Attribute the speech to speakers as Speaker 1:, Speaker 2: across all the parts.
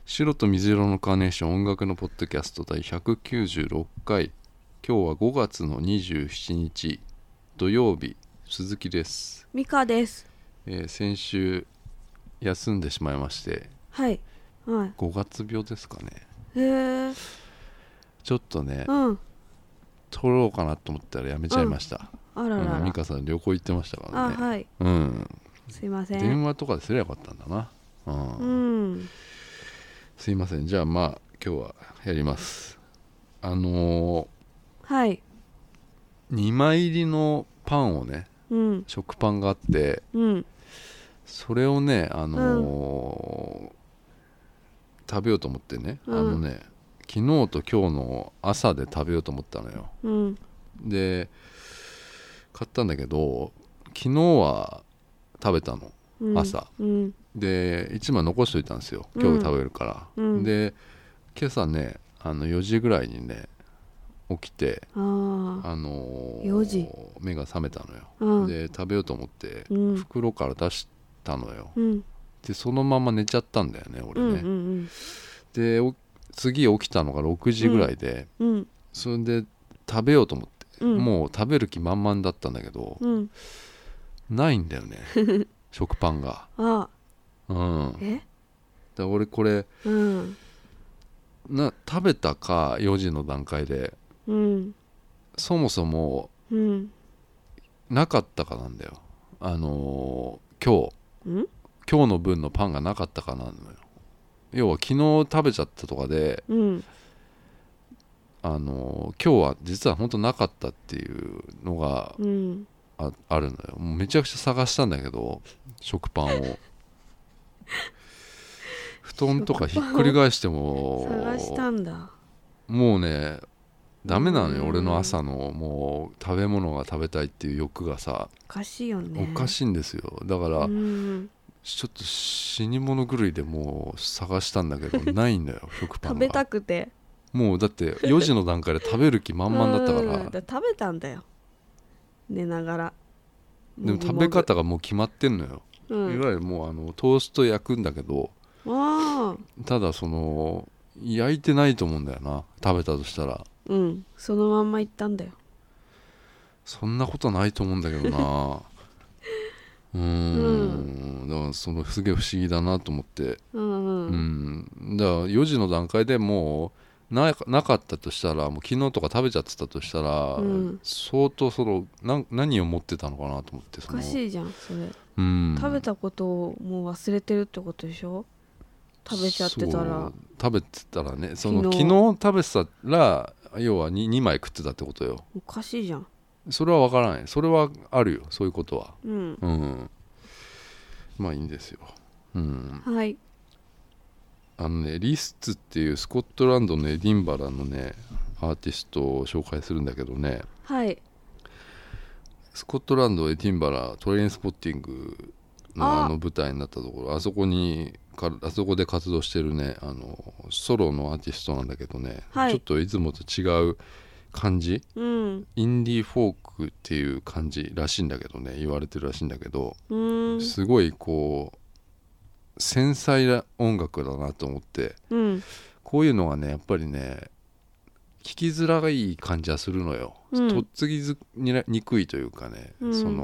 Speaker 1: 白と水色のカーネーション音楽のポッドキャスト第196回。今日は5月の27日土曜日。鈴木です。
Speaker 2: ミカです。
Speaker 1: 先週休んでしまいまして、
Speaker 2: はい、はい、
Speaker 1: 5月病ですかね。
Speaker 2: へえ。
Speaker 1: ちょっとね、撮ろうかなと思ったらやめちゃいました。
Speaker 2: あららら。
Speaker 1: ミカさん旅行行ってましたからね。
Speaker 2: はい。すいません。
Speaker 1: 電話とかですればよかったんだな。すいません。じゃあ今日はやります。はい。2枚入りのパンをね、食パンがあって、それをね、食べようと思ってね、昨日と今日の朝で食べようと思ったのよ。で買ったんだけど、昨日は食べたの、朝、で1枚残しといたんですよ、今日食べるから、で今朝ね4時ぐらいにね起きて、
Speaker 2: 4時
Speaker 1: 目が覚めたのよ、で食べようと思って、袋から出したのよ、でそのまま寝ちゃったんだよね俺ね、で次起きたのが6時ぐらいで、それで食べようと思って、もう食べる気満々だったんだけど、ないんだよね食パンが。だ俺これ、食べたか4時の段階で、そもそも、なかったかなんだよ。今日の分のパンがなかったかなんだよ。要は昨日食べちゃったとかで、今日は実は本当なかったっていうのがあるのよ。もうめちゃくちゃ探したんだけど食パンを布団とかひっくり返しても
Speaker 2: 探したんだ。
Speaker 1: もうねダメなのよ、俺の朝のもう食べ物が食べたいっていう欲がさ、
Speaker 2: おかしいよね。
Speaker 1: おかしいんですよ。だからちょっと死に物狂いでもう探したんだけどないんだよ食パンが。
Speaker 2: 食べたくて、
Speaker 1: もうだって4時の段階で食べる気満々だったから
Speaker 2: 食べたんだよ、寝ながら。
Speaker 1: でも食べ方がもう決まってんのよ、いわゆるもうトースト焼くんだけど、ただその焼いてないと思うんだよな、食べたとしたら。
Speaker 2: そのまんまいったんだよ。
Speaker 1: そんなことないと思うんだけどなだからそのすげえ不思議だなと思って、だから4時の段階でもうなかったとしたら、もう昨日とか食べちゃってたとしたら、相当その何を持ってたのかなと思って。
Speaker 2: おかしいじゃんそれ、食べたことをもう忘れてるってことでしょ。食べちゃってたら、
Speaker 1: 食べてたらね、その昨日食べてたら要は 2枚食ってたってことよ。
Speaker 2: おかしいじゃん。そ
Speaker 1: れは分からない。それはあるよ、そういうことは。まあいいんですよ。
Speaker 2: はい。
Speaker 1: リスツっていうスコットランドのエディンバラのねアーティストを紹介するんだけどね、スコットランドエディンバラトレインスポッティングの舞台になったところ、あそこで活動してるねソロのアーティストなんだけどね、ちょっといつもと違う感じ、インディーフォークっていう感じらしいんだけどね、言われてるらしいんだけど、すごいこう繊細な音楽だなと思って、こういうのがねやっぱりね聞きづらい感じはするのよ、とっつきにくいというかね、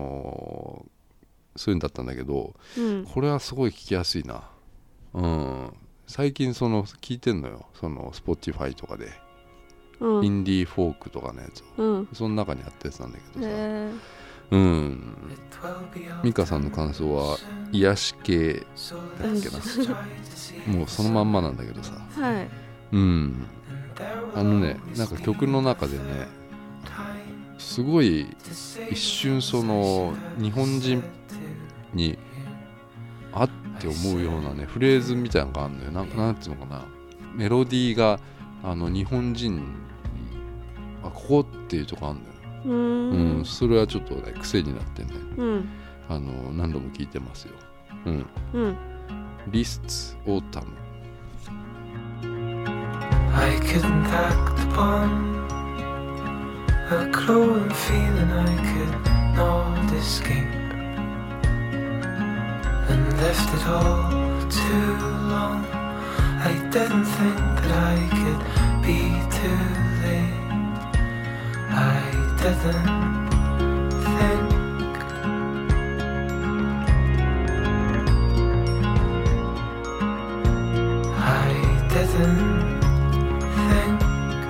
Speaker 1: そういうんだったんだけど、これはすごい聞きやすいな。最近その聞いてんのよ、その Spotify とかで、インディーフォークとかのやつを、その中にあったやつなんだけどさ、ミカさんの感想は癒し系だっけなもうそのまんまなんだけどさ、なんか曲の中でねすごい一瞬その日本人にあって思うようなねフレーズみたいなのがあるんだよ。なんていうのかな、メロディーが日本人ここっていうとこあるんだよ。それはちょっとね癖になってね、何度も聞いてますよ。リスツオータム。 I couldn't act upon a growing feeling I could not escape, and left it all too long. I
Speaker 3: didn't think that I could be too late. I didn't think. I didn't think.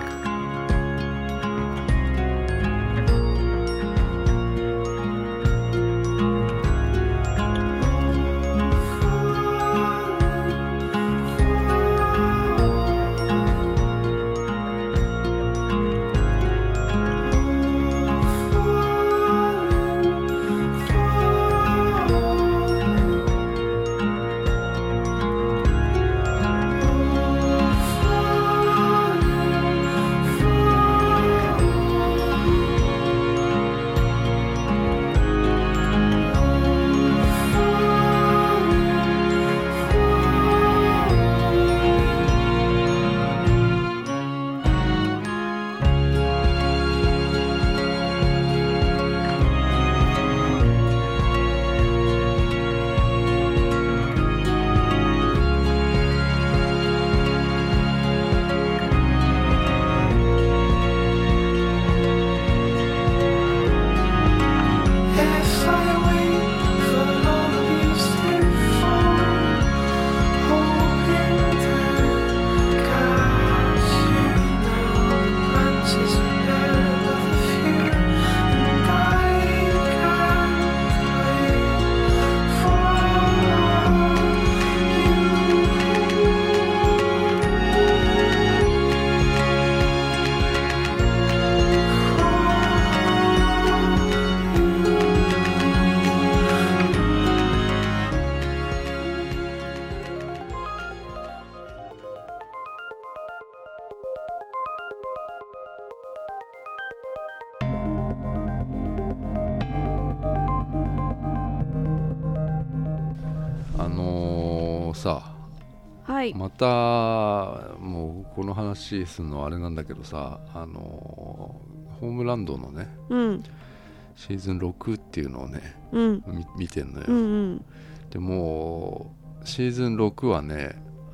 Speaker 1: さ、
Speaker 2: はい、
Speaker 1: またもうこの話するのはあれなんだけどさ、ホームランドのね、
Speaker 2: うん、
Speaker 1: シーズン6っていうのをね、
Speaker 2: うん、
Speaker 1: 見てんのよ、
Speaker 2: うんうん、
Speaker 1: でもシーズン6はね、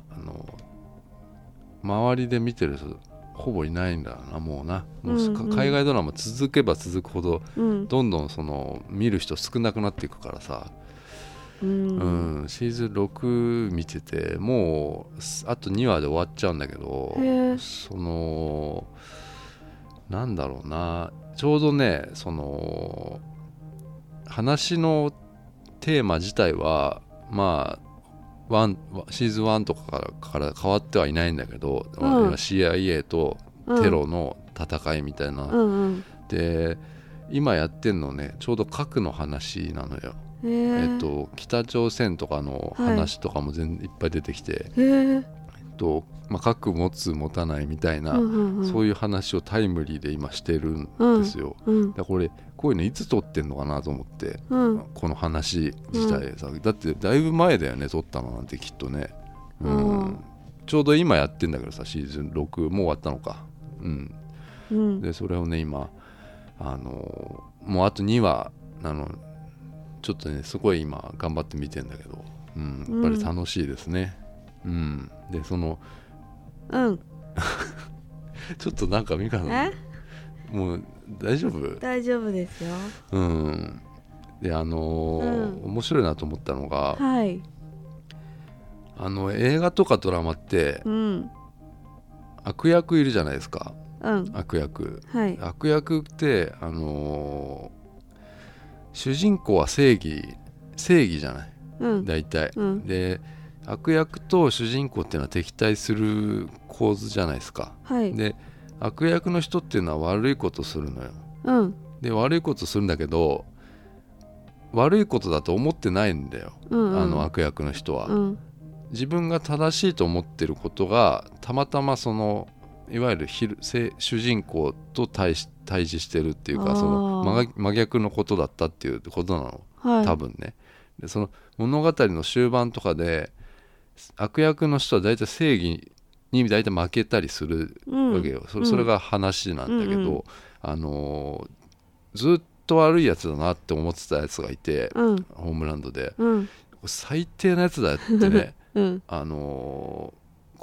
Speaker 1: 周りで見てる人ほぼいないんだな、もうな、もう、うんうん、海外ドラマ続けば続くほど、うん、どんどんその見る人少なくなっていくからさ、
Speaker 2: うん
Speaker 1: うん、シーズン6見ててもうあと2話で終わっちゃうんだけど、そのなんだろうな、ちょうどね、その話のテーマ自体はまあシーズン1とかから変わってはいないんだけど、うん、CIA とテロの戦いみたいな、
Speaker 2: うんうん、
Speaker 1: で今やってんのね、ちょうど核の話なのよ。北朝鮮とかの話とかもいっぱい出てきて、核持つ持たないみたいな、うんうんうん、そういう話をタイムリーで今してるんですよ、うんうん、だからこういうのいつ撮ってんのかなと思って、うん、この話自体さ、だってだいぶ前だよね撮ったのなんてきっとね、うん、ちょうど今やってんだけどさ、シーズン6もう終わったのか、うんうん、でそれをね今もうあと2話なの、ちょっとねすごい今頑張って見てんだけど、うん、やっぱり楽しいですね、うん、でその
Speaker 2: うん
Speaker 1: ちょっとなんかミカさんもう大丈夫？
Speaker 2: 大丈夫ですよ。
Speaker 1: うん。で面白いなと思ったのが、
Speaker 2: はい、
Speaker 1: 映画とかドラマって、
Speaker 2: うん、
Speaker 1: 悪役いるじゃないですか、
Speaker 2: うん、
Speaker 1: 悪役、
Speaker 2: はい、
Speaker 1: 悪役って主人公は正義じゃない、うん、大体、うん、で悪役と主人公っていうのは敵対する構図じゃないですか、
Speaker 2: はい、
Speaker 1: で悪役の人っていうのは悪いことするのよ、
Speaker 2: うん、
Speaker 1: で悪いことするんだけど悪いことだと思ってないんだよ、
Speaker 2: うんうん、
Speaker 1: 悪役の人は、
Speaker 2: うん、
Speaker 1: 自分が正しいと思ってることがたまたまそのいわゆる主人公と対峙してるっていうか、その真逆のことだったっていうことなの、
Speaker 2: はい、
Speaker 1: 多分ね。でその物語の終盤とかで悪役の人は大体正義に大体負けたりするわけよ、それが話なんだけど、ずっと悪いやつだなって思ってたやつがいて、ホームランドで、最低なやつだってね、こ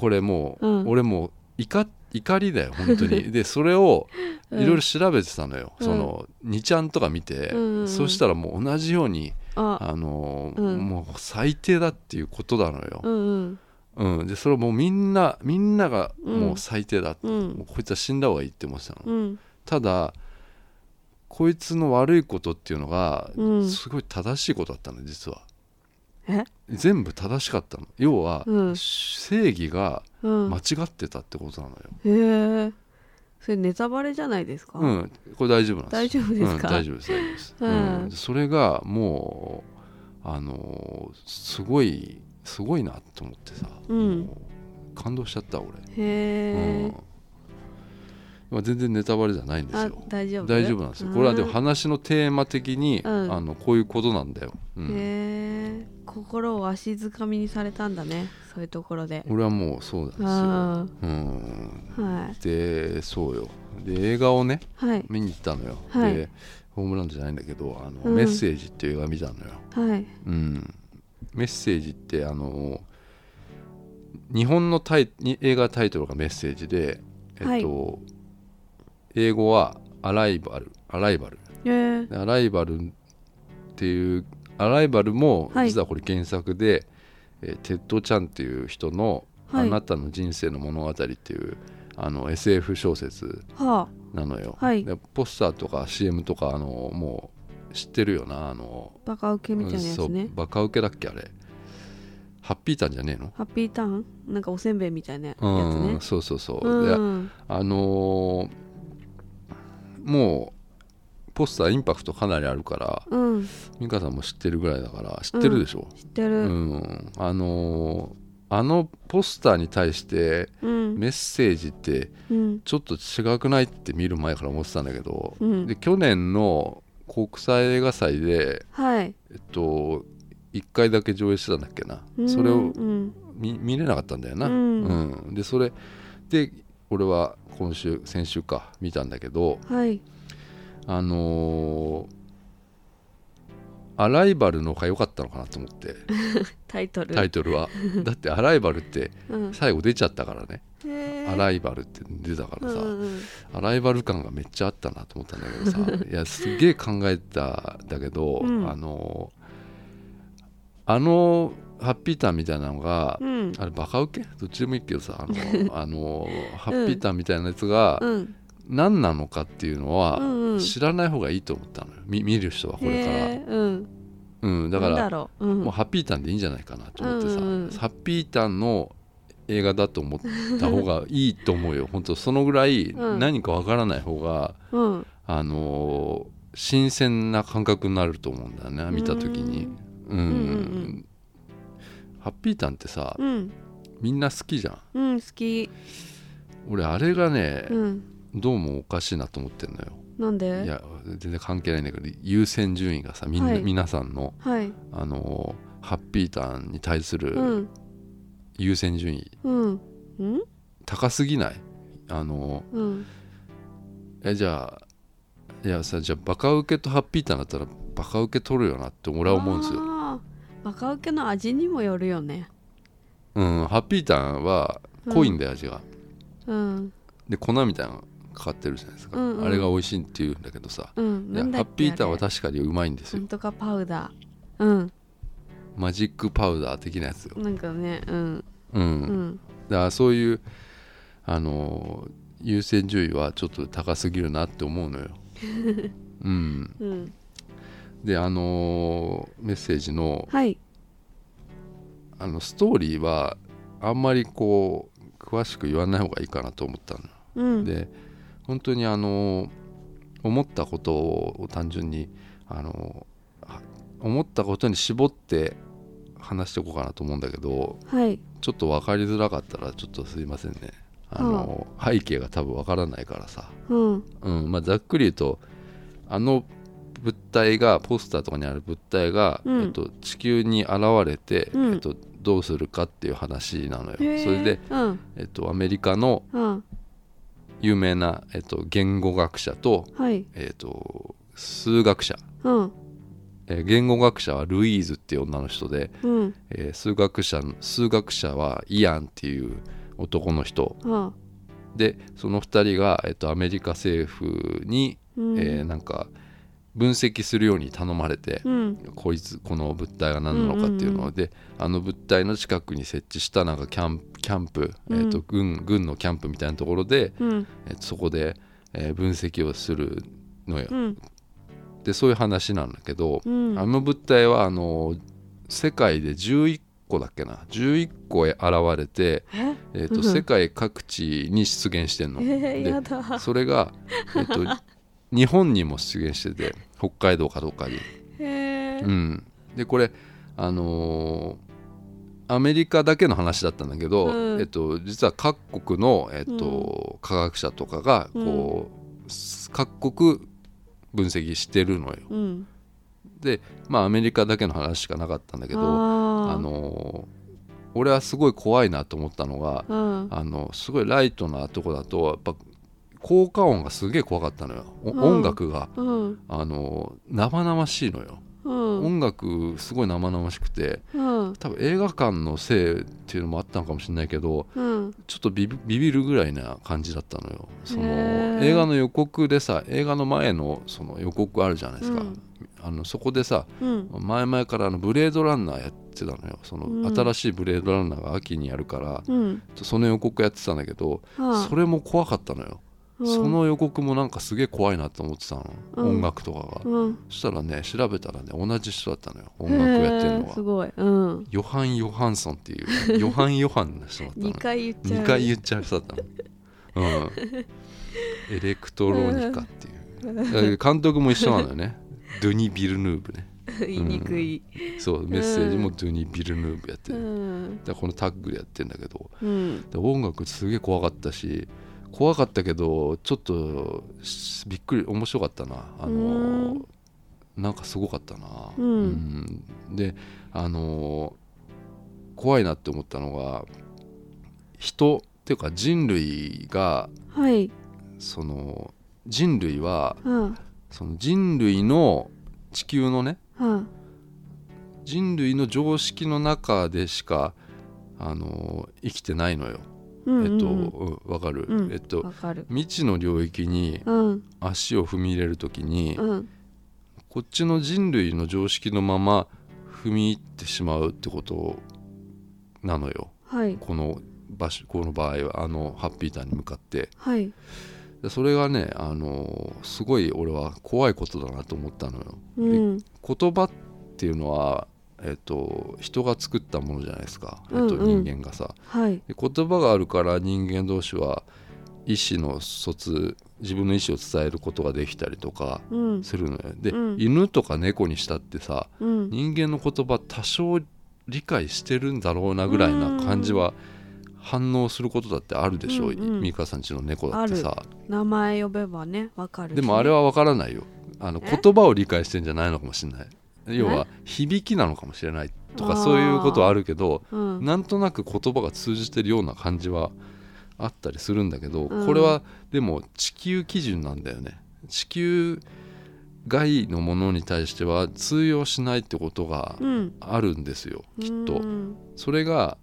Speaker 1: これもう、俺もう怒りだよ本当にでそれをいろいろ調べてたのよ、その2ちゃんとか見て、そしたらもう同じようにもう最低だっていうことなのよ、でそれをもうみんながもう最低だって、もうこいつは死んだ方がいいって思ってたの、ただこいつの悪いことっていうのがすごい正しいことだったの実は。全部正しかったの。要は、正義が間違ってたってことなのよ。
Speaker 2: へえ。それネタバレじゃないですか？
Speaker 1: これ大丈夫なんです。
Speaker 2: 大丈夫ですか？
Speaker 1: 大丈夫ですそれがもうすごいなと思ってさ、感動しちゃった俺。
Speaker 2: へえ。
Speaker 1: 全然ネタバレじゃないんですよ。
Speaker 2: 大丈夫
Speaker 1: なんですよ。これはでも話のテーマ的に、こういうことなんだよ。
Speaker 2: へえ。心をわしづかみにされたんだね、そういうところで。
Speaker 1: 俺はもうそうなんですよ。でそうよ。で映画をね、見に行ったのよ。でホームランドじゃないんだけどメッセージっていう映画見たのよ。メッセージって日本の映画タイトルがメッセージで、英語はアライバルっていうアライバルも実はこれ原作で、テッドちゃんっていう人のあなたの人生の物語っていうSF 小説なのよ、でポスターとか CM とかもう知ってるよな
Speaker 2: バカウケみたいなやつね。
Speaker 1: バカウケだっけあれ。ハッピーターンじゃねえの？ハ
Speaker 2: ッピーターンなんかおせんべいみたいなやつね。
Speaker 1: そうでもうポスターインパクトかなりあるから、美香さんも知ってるぐらいだから知ってるでしょ？
Speaker 2: 知ってる。
Speaker 1: ポスターに対してメッセージってちょっと違くないって見る前から思ってたんだけど、で去年の国際映画祭で、1回だけ上映してたんだっけな、それを見れなかったんだよな、でそれで俺は先週か見たんだけど、アライバルの方が良かったのかなと思って
Speaker 2: タイトル
Speaker 1: はだってアライバルって最後出ちゃったからね、アライバルって出たからさ、アライバル感がめっちゃあったなと思ったんだけどさいやすげえ考えたんだけど、ハッピーターンみたいなのが、あれバカウケどっちでもいいけどさハッピーターンみたいなやつが、何なのかっていうのは知らない方がいいと思ったのよ、見る人はこれから、だからもうハッピーターンでいいんじゃないかなと思ってさ、ハッピーターンの映画だと思った方がいいと思うよ本当そのぐらい何かわからない方が、新鮮な感覚になると思うんだよね見た時に。ハッピーターンってさ、みんな好きじゃん。
Speaker 2: 好き。
Speaker 1: 俺あれがね、どうもおかしいなと思ってんのよ。
Speaker 2: なんで？
Speaker 1: いや全然関係ないんだけど優先順位がさ皆さんの、ハッピーターンに対する優先順位、高すぎない？じゃあバカウケとハッピーターンだったらバカウケ取るよなって俺は思うんですよ。
Speaker 2: バカウケの味にもよるよね。
Speaker 1: ハッピーターンは濃いんだよ、味が。で粉みたいなのかかってるじゃないですか、あれが美味しいって言うんだけどさ、ハッピーターンは確かにうまいんですよ。
Speaker 2: なんとかパウダー、
Speaker 1: マジックパウダー的なやつよ。
Speaker 2: なんかね、
Speaker 1: だからそういう優先順位はちょっと高すぎるなって思うのよ。でメッセージの、ストーリーはあんまりこう詳しく言わない方がいいかなと思ったの、で本当に思ったことを単純に思ったことに絞って話していこうかなと思うんだけど、ちょっと分かりづらかったらちょっとすいませんね。背景が多分分からないからさ、ざっくり言うと物体がポスターとかにある物体が、地球に現れて、どうするかっていう話なのよ。それで、アメリカの有名な、言語学者と、数学者、言語学者はルイーズっていう女の人で、数学者はイアンっていう男の人、
Speaker 2: はあ、
Speaker 1: でその2人が、アメリカ政府に、なんか分析するように頼まれて、この物体が何なのかっていうので、物体の近くに設置したなんかキャンプ、軍のキャンプみたいなところで、そこで、分析をするのよ、でそういう話なんだけど、物体は世界で11個だっけな、11個現れて、世界各地に出現してんの、
Speaker 2: やだ。
Speaker 1: それが、日本にも出現してて、北海道かどっかに、でこれアメリカだけの話だったんだけど、実は各国の、科学者とかがこう、各国分析してるのよ、でアメリカだけの話しかなかったんだけど、俺はすごい怖いなと思ったのが、すごいライトなとこだとやっぱ効果音がすげえ怖かったのよ、音楽が、生々しいのよ、音楽すごい生々しくて、多分映画館のせいっていうのもあったのかもしれないけど、ちょっとビビるぐらいな感じだったのよ。その映画の予告でさ、映画の前のその予告あるじゃないですか、そこでさ、前々からブレードランナーやってたのよ。その新しいブレードランナーが秋にやるから、その予告やってたんだけど、それも怖かったのよ。その予告もなんかすげえ怖いなと思ってたの、音楽とかが、そしたらね、調べたらね、同じ人だったのよ、音楽やってるのが。
Speaker 2: すごい、
Speaker 1: ヨハン・ヨハンソンっていうヨハンの人だったの。
Speaker 2: 2回言
Speaker 1: っちゃう人だったの、エレクトロニカっていう、監督も一緒なのよね、ドゥニ・ビルヌーブね。
Speaker 2: 言いにくい、
Speaker 1: そうメッセージもドゥニ・ビルヌーブやってる、だからこのタッグでやってるんだけど、で音楽すげえ怖かったし、怖かったけどちょっとびっくり、面白かったな、なんかすごかったな、で怖いなって思ったのが、人っていうか人類が、その人類は、その人類の地球のね、人類の常識の中でしか生きてないのよ。わかる、未知の領域に足を踏み入れるときに、こっちの人類の常識のまま踏み入ってしまうってことなのよ、この場合はハッピーターンに向かって、でそれがね、すごい俺は怖いことだなと思ったのよ、言葉っていうのは人が作ったものじゃないですか、人間がさ、で言葉があるから人間同士は自分の意思を伝えることができたりとかするのよ、で、犬とか猫にしたってさ、人間の言葉多少理解してるんだろうなぐらいな感じは反応することだってあるでしょ、ミカさんちの猫だってさ、
Speaker 2: 名前呼べばね分かる、
Speaker 1: でもあれは分からないよ、言葉を理解してんじゃないのかもしれない、要は響きなのかもしれないとか、そういうことはあるけど、なんとなく言葉が通じてるような感じはあったりするんだけど、これはでも地球基準なんだよね。地球外のものに対しては通用しないってことがあるんですよ、きっと。それが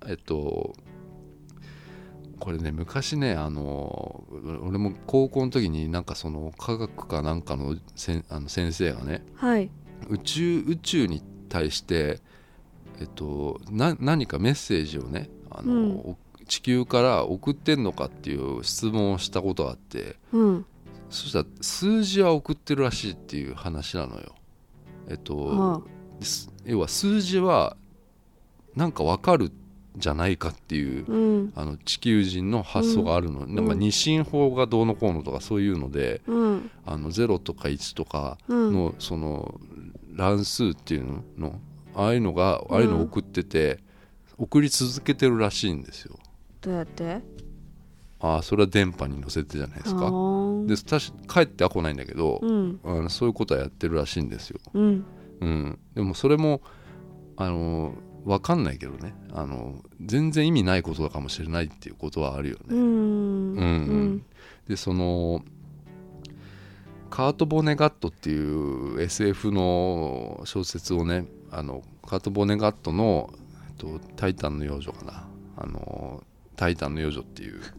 Speaker 1: これね、昔ね、俺も高校の時になんかその科学かなんかの先生がね、宇宙に対して何かメッセージをね、地球から送ってんのかっていう質問をしたことがあって、そしたら数字は送ってるらしいっていう話なのよ。要は数字はなんか分かるじゃないかっていう、地球人の発想があるの、なんか二進法がどうのこうのとかそういうので、0とか1とかのその乱数っていうの、ああいうのを送ってて、送り続けてるらしいんですよ。
Speaker 2: どうやって？
Speaker 1: それは電波に乗せてじゃないですか。で帰っては来ないんだけど、そういうことはやってるらしいんですよ。でもそれも分かんないけどね、全然意味ないことかもしれないっていうことはあるよね。でそのカート・ボネガットっていう SF の小説をね、カート・ボネガットのタイタンの幼女かな、 タイタンの幼女っていう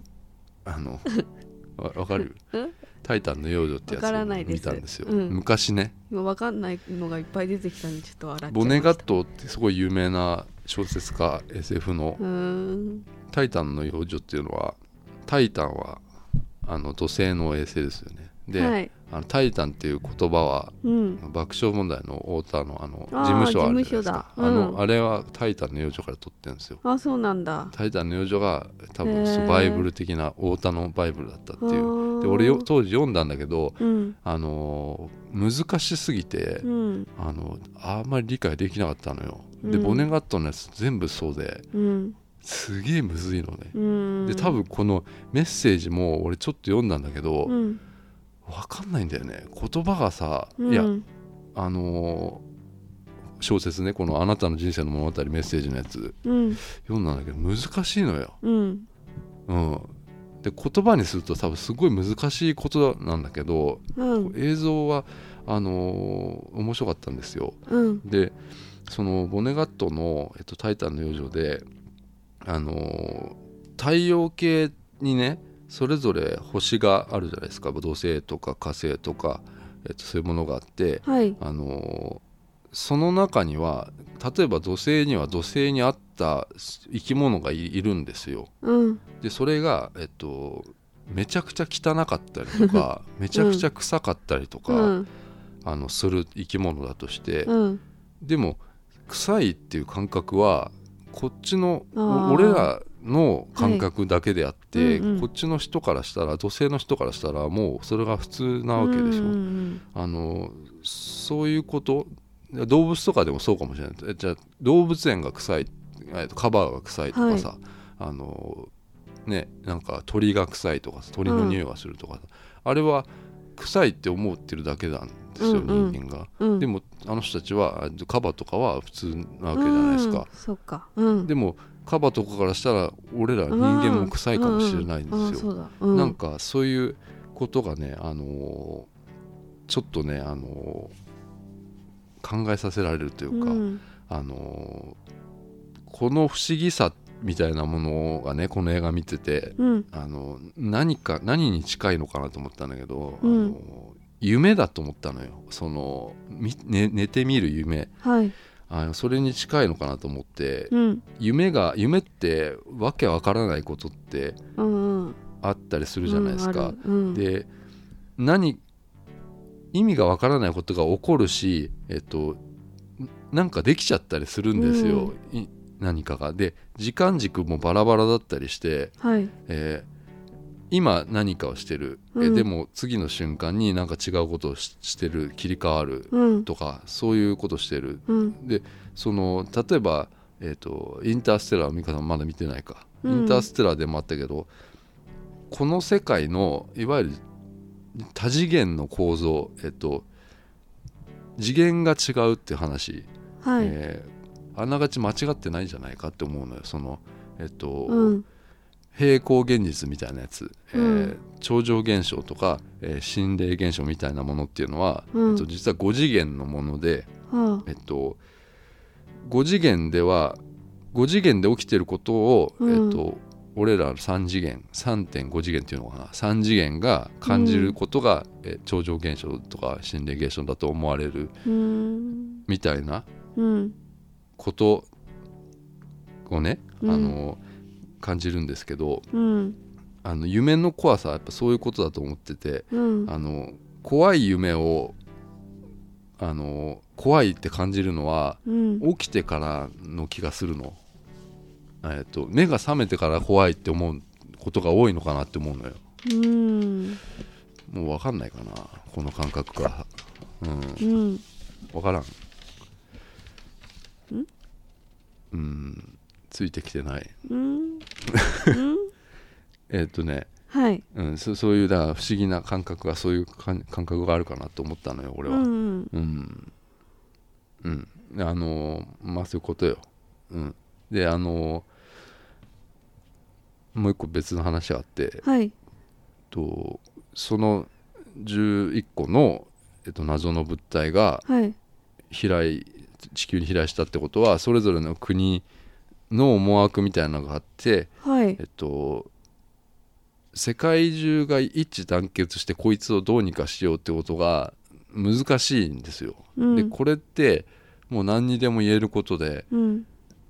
Speaker 1: わかるタイタンの幼女ってやつを見たんですよ、昔ね。
Speaker 2: 今わかんないのがいっぱい出てきたんでちょっと笑っちゃいました。
Speaker 1: ボネガットってすごい有名な小説家 SF のタイタンの幼女っていうのは、タイタンは土星の衛星ですよね。で、はい、タイタンっていう言葉は、爆笑問題の太田の事務所あるじゃないですか。あれはタイタンの幼女から取ってるんですよ。
Speaker 2: あ、そうなんだ。
Speaker 1: タイタンの幼女が多分バイブル的な太田のバイブルだったっていう。で俺当時読んだんだけど、難しすぎて、あんまり理解できなかったのよ。でボネガットのやつ全部そうで、すげえむずいのね。で多分このメッセージも俺ちょっと読んだんだけど、分かんないんだよね。言葉がさ、いや小説ね、このあなたの人生の物語メッセージのやつ、読んだんだけど難しいのよ。で言葉にすると多分すごい難しいことなんだけど、映像は面白かったんですよ。でそのボネガットの、タイタンの幼女で太陽系にねそれぞれ星があるじゃないですか。土星とか火星とか、そういうものがあって、はい、その中には例えば土星には土星に合った生き物が いるんですよ。でそれが、めちゃくちゃ汚かったりとかめちゃくちゃ臭かったりとか、する生き物だとして、でも臭いっていう感覚はこっちの俺らの感覚だけであって、こっちの人からしたら土星の人からしたらもうそれが普通なわけでしょ。そういうこと動物とかでもそうかもしれない。じゃあ動物園が臭い、カバーが臭いとかさ、なんか鳥が臭いとか鳥の匂いがするとか、あれは臭いって思ってるだけなんですよ、人間が。でもあの人たちはカバとかは普通なわけじゃないですか。
Speaker 2: そうか。
Speaker 1: でもカバとかからしたら俺ら人間も臭いかもしれないんですよ。なんかそういうことがね、ちょっとね、考えさせられるというか、この不思議さみたいなものがねこの映画見てて、何に近いのかなと思ったんだけど、夢だと思ったのよ。その寝てみる夢、それに近いのかなと思って、夢ってわけわからないことってあったりするじゃないですか。で意味がわからないことが起こるし、なんかできちゃったりするんですよ、何かが。で時間軸もバラバラだったりして、今何かをしてる、でも次の瞬間になんか違うことをしてる、切り替わるとか、そういうことしてる。でその例えば、インターステラー、美香さんまだ見てないか。インターステラーでもあったけど、この世界のいわゆる多次元の構造、次元が違うっていう話、あながち間違ってないんじゃないかって思うのよ。その平行現実みたいなやつ、超常現象とか、心霊現象みたいなものっていうのは、実は5次元のもので、5次元で起きてることを、俺ら3次元 3.5 次元っていうのかな、3次元が感じることが、超常現象とか心霊現象だと思われるみたいなことをね、感じるんですけど、夢の怖さはやっぱそういうことだと思ってて、怖い夢を怖いって感じるのは、起きてからの気がするの。目が覚めてから怖いって思うことが多いのかなって思うのよ。もう分かんないかな、この感覚が。分からん。ついてきてない。そういうだから不思議な感覚が、そういう感覚があるかなと思ったのよ俺は。まあそういうことよ。でもう一個別の話があって、その11個の、謎の物体が地球に飛来したってことは、それぞれの国の思惑みたいなのがあって、
Speaker 2: はい、
Speaker 1: 世界中が一致団結してこいつをどうにかしようってことが難しいんですよ、
Speaker 2: うん、
Speaker 1: でこれってもう何にでも言えることで、
Speaker 2: うん、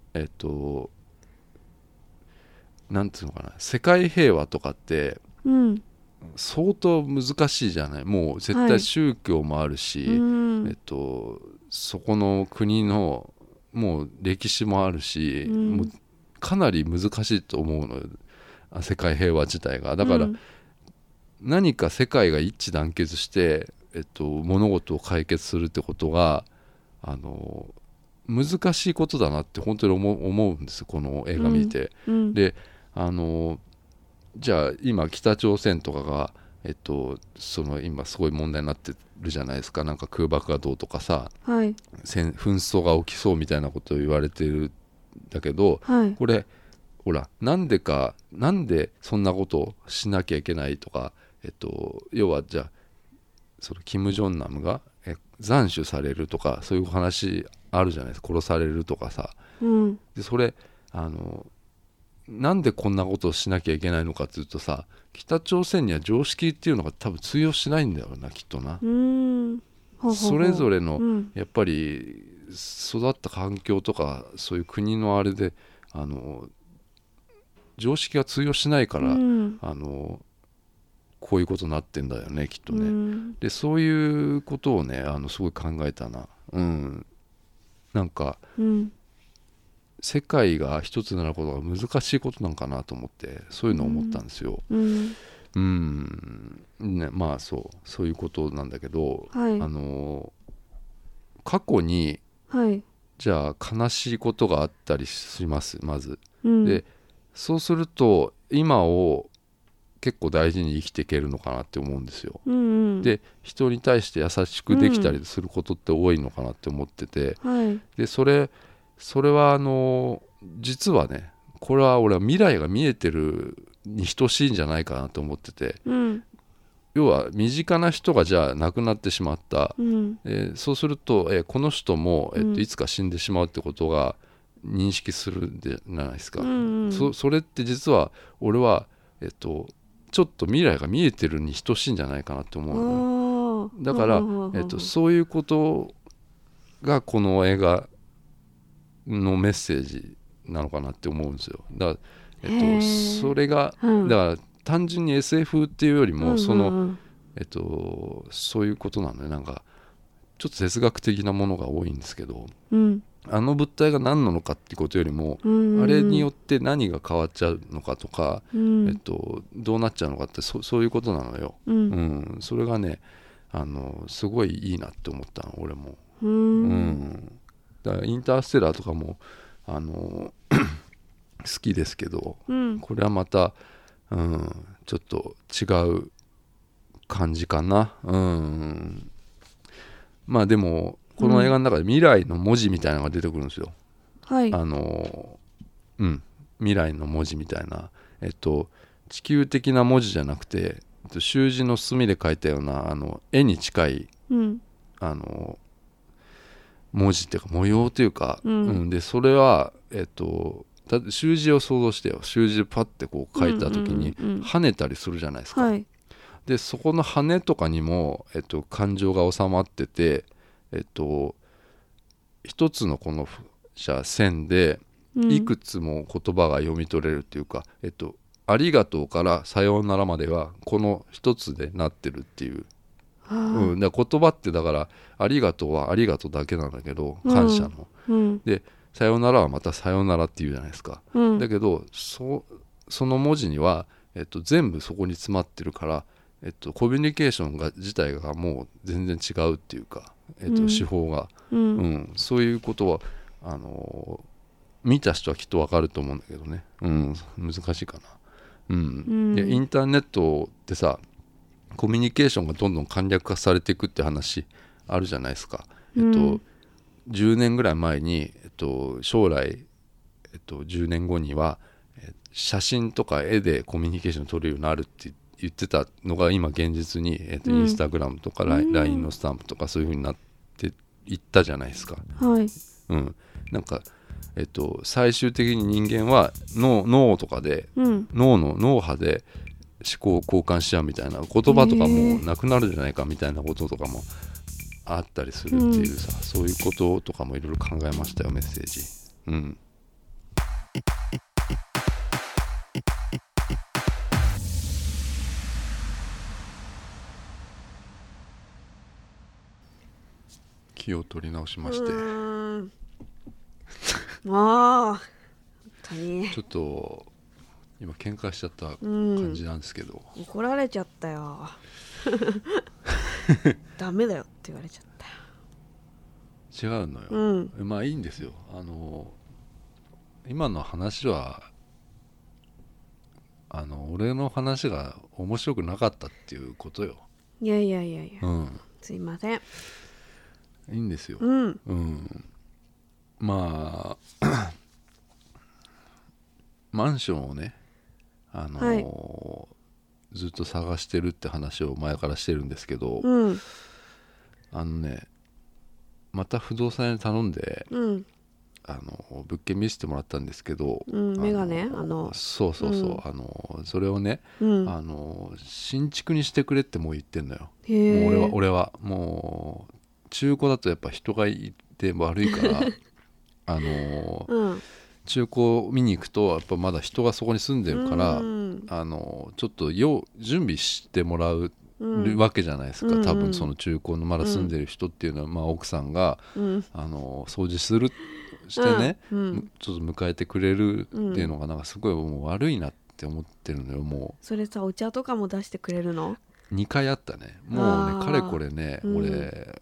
Speaker 1: なんていうのかな、世界平和とかって、
Speaker 2: うん、
Speaker 1: 相当難しいじゃない。もう絶対宗教もあるし、
Speaker 2: はい、
Speaker 1: そこの国のもう歴史もあるし、もうかなり難しいと思うのよ、世界平和自体が。だから、何か世界が一致団結して、物事を解決するってことが難しいことだなって本当に思うんです、この映画見て、でじゃあ今北朝鮮とかが、その今すごい問題になってるじゃないですか。なんか空爆がどうとかさ、
Speaker 2: はい、
Speaker 1: 紛争が起きそうみたいなことを言われてるんだけど、
Speaker 2: はい、
Speaker 1: これほらなんでそんなことをしなきゃいけないとか、要はじゃあそのキム・ジョンナムが斬首されるとかそういう話あるじゃないですか。殺されるとかさ、でそれなんでこんなことをしなきゃいけないのかっていうとさ、北朝鮮には常識っていうのが多分通用しないんだよな、きっとな。それぞれの、やっぱり育った環境とかそういう国のあれで常識が通用しないから、こういうことになってんだよね、きっとね。でそういうことをねすごい考えたな。なんか、世界が一つになることが難しいことなんかなと思って、そういうのを思ったんですよ。ね、まあそういうことなんだけど、
Speaker 2: はい、
Speaker 1: 過去に、
Speaker 2: はい、
Speaker 1: じゃあ悲しいことがあったりしますまず、でそうすると今を結構大事に生きていけるのかなって思うんですよ、で人に対して優しくできたりすることって多いのかなって思ってて、でそれは実はね、これは俺は未来が見えてるに等しいんじゃないかなと思ってて、要は身近な人がじゃあ亡くなってしまった、そうすると、この人も、いつか死んでしまうってことが認識するんじゃないですか、それって実は俺は、ちょっと未来が見えてるに等しいんじゃないかなと思うの、だから、そういうことがこの映画のメッセージなのかなって思うんですよ。だから、それが、だから単純に SF っていうよりもそういうことなので、なんかちょっと哲学的なものが多いんですけど、あの物体が何なのかっていうことよりも、あれによって何が変わっちゃうのかとか、どうなっちゃうのかって、そういうことなのよ、それがねすごいいいなって思ったの、俺も。だからインターステラーとかも好きですけど、これはまた、ちょっと違う感じかな。まあでもこの映画の中で未来の文字みたいなのが出てくるんですよ。未来の文字みたいな、地球的な文字じゃなくて、習字の墨で書いたような絵に近い、文字っていうか模様というか、でそれはだって習字を想像してよ。習字でパッてこう書いた時に跳ねたりするじゃないですか、でそこの跳ねとかにも、感情が収まってて、一つのこの線でいくつも言葉が読み取れるっていうか、ありがとうからさようならまではこの一つでなってるっていう、だから言葉ってだからありがとうはありがとうだけなんだけど、感謝の、でさよならはまたさよならっていうじゃないですか、だけどその文字には、全部そこに詰まってるから、コミュニケーション自体がもう全然違うっていうか、手法が、そういうことは見た人はきっと分かると思うんだけどね、難しいかな、でインターネットってさ、コミュニケーションがどんどん簡略化されていくって話あるじゃないですか、10年ぐらい前に、将来、10年後には、写真とか絵でコミュニケーション取るようになるって言ってたのが今現実に、インスタグラムとか LINE のスタンプとかそういう風になっていったじゃないですか、なんか最終的に人間は脳とかで、脳波で思考を交換しちゃうみたいな、言葉とかもうなくなるんじゃないかみたいなこととかもあったりするっていうさ、そういうこととかもいろいろ考えましたよ、メッセージ。気を取り直しまして、
Speaker 2: もう本当に
Speaker 1: ちょっと今喧嘩しちゃった感じなんですけど、
Speaker 2: 怒られちゃったよダメだよって言われちゃった
Speaker 1: よ。違うのよ、まあいいんですよ。今の話は俺の話が面白くなかったっていうことよ。
Speaker 2: いや、すいません。
Speaker 1: いいんですよ。まあマンションをね、ずっと探してるって話を前からしてるんですけど、また不動産屋に頼んで、物件見せてもらったんですけど、
Speaker 2: メガネ
Speaker 1: そう、それをね、新築にしてくれってもう言ってんのよ。もう俺はもう中古だとやっぱ人がいて悪いから中古見に行くとやっぱまだ人がそこに住んでるから、ちょっと準備してもらうわけじゃないですか。多分その中古のまだ住んでる人っていうのは、まあ、奥さんが、掃除してね、ちょっと迎えてくれるっていうのがなんかすごいもう悪いなって思ってるのよ。もう
Speaker 2: それさ、お茶とかも出してくれるの
Speaker 1: ？2回あったね。もうねかれこれね、俺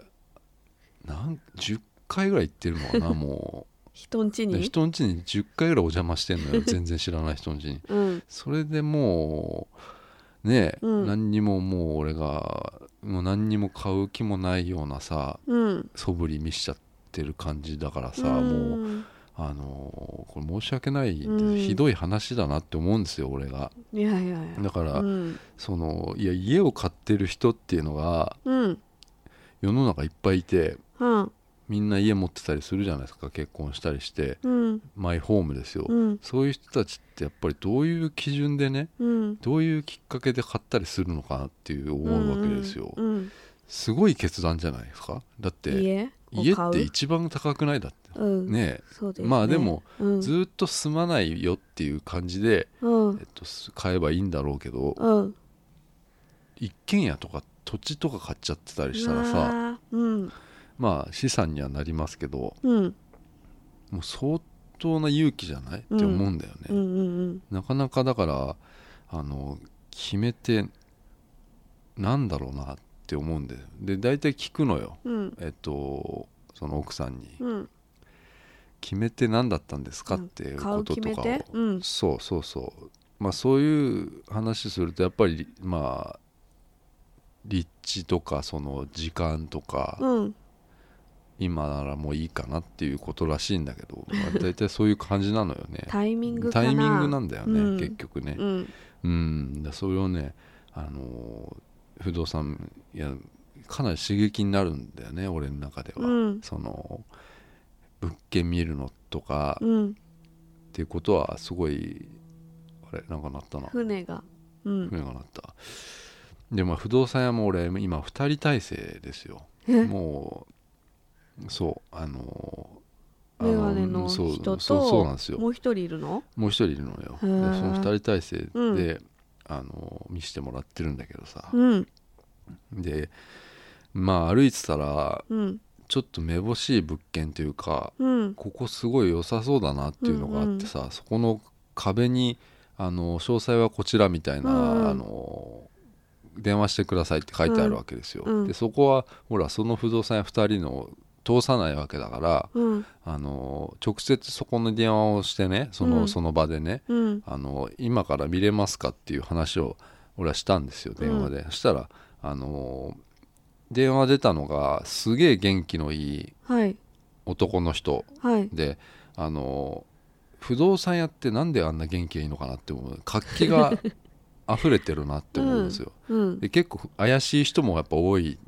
Speaker 1: 10回ぐらい行ってるのかなもう人ん家に10回ぐらいお邪魔してんのよ全然知らない人ん家に、それでもうね、何にももう俺がもう何にも買う気もないようなさ、素振り見しちゃってる感じだからさ、もうこれ申し訳ない、ひどい話だなって思うんですよ俺が。
Speaker 2: いや
Speaker 1: だから、家を買ってる人っていうのが、世の中いっぱいいて、みんな家持ってたりするじゃないですか、結婚したりして、マイホームですよ、そういう人たちってやっぱりどういう基準でね、どういうきっかけで買ったりするのかなっていう思うわけですよ、すごい決断じゃないですか。だって家って一番高くないだって、ねえ、まあでも、ずっと住まないよっていう感じで、買えばいいんだろうけど、一軒家とか土地とか買っちゃってたりしたらさ、まあ資産にはなりますけど、もう相当な勇気じゃないって思うんだよね、なかなか。だから決めてなんだろうなって思うんで大体聞くのよ、その奥さんに、決めて何だったんですかっていうこととかを、そうまあそういう話するとやっぱりまあ立地とかその時間とか、今ならもういいかなっていうことらしいんだけど、まあ、大体そういう感じなのよね
Speaker 2: タイミングかな、
Speaker 1: タイミングなんだよね、結局ね、だそれをね、不動産かなり刺激になるんだよね俺の中では、その物件見るのとか、っていうことはすごいあれなんかなったな、
Speaker 2: 船が
Speaker 1: 鳴った。でも不動産屋も俺今2人体制ですよ。もうそう
Speaker 2: メガネの人と
Speaker 1: そうなんですよ。
Speaker 2: もう一人いるの？
Speaker 1: もう一人いるのよ。でその2人体制で、見せてもらってるんだけどさ、でまあ歩いてたら、ちょっとめぼしい物件というか、ここすごい良さそうだなっていうのがあってさ、そこの壁に詳細はこちらみたいな、電話してくださいって書いてあるわけですよ、でそこはほらその不動産屋2人の通さないわけだから、直接そこの電話をしてね、その場でね、今から見れますかっていう話を俺はしたんですよ電話で、そしたら電話出たのがすげえ元気のいい男の人、で不動産屋ってなんであんな元気がいいのかなって思う、活気が溢れてるなって思うんですよ、で結構怪しい人もやっぱ多い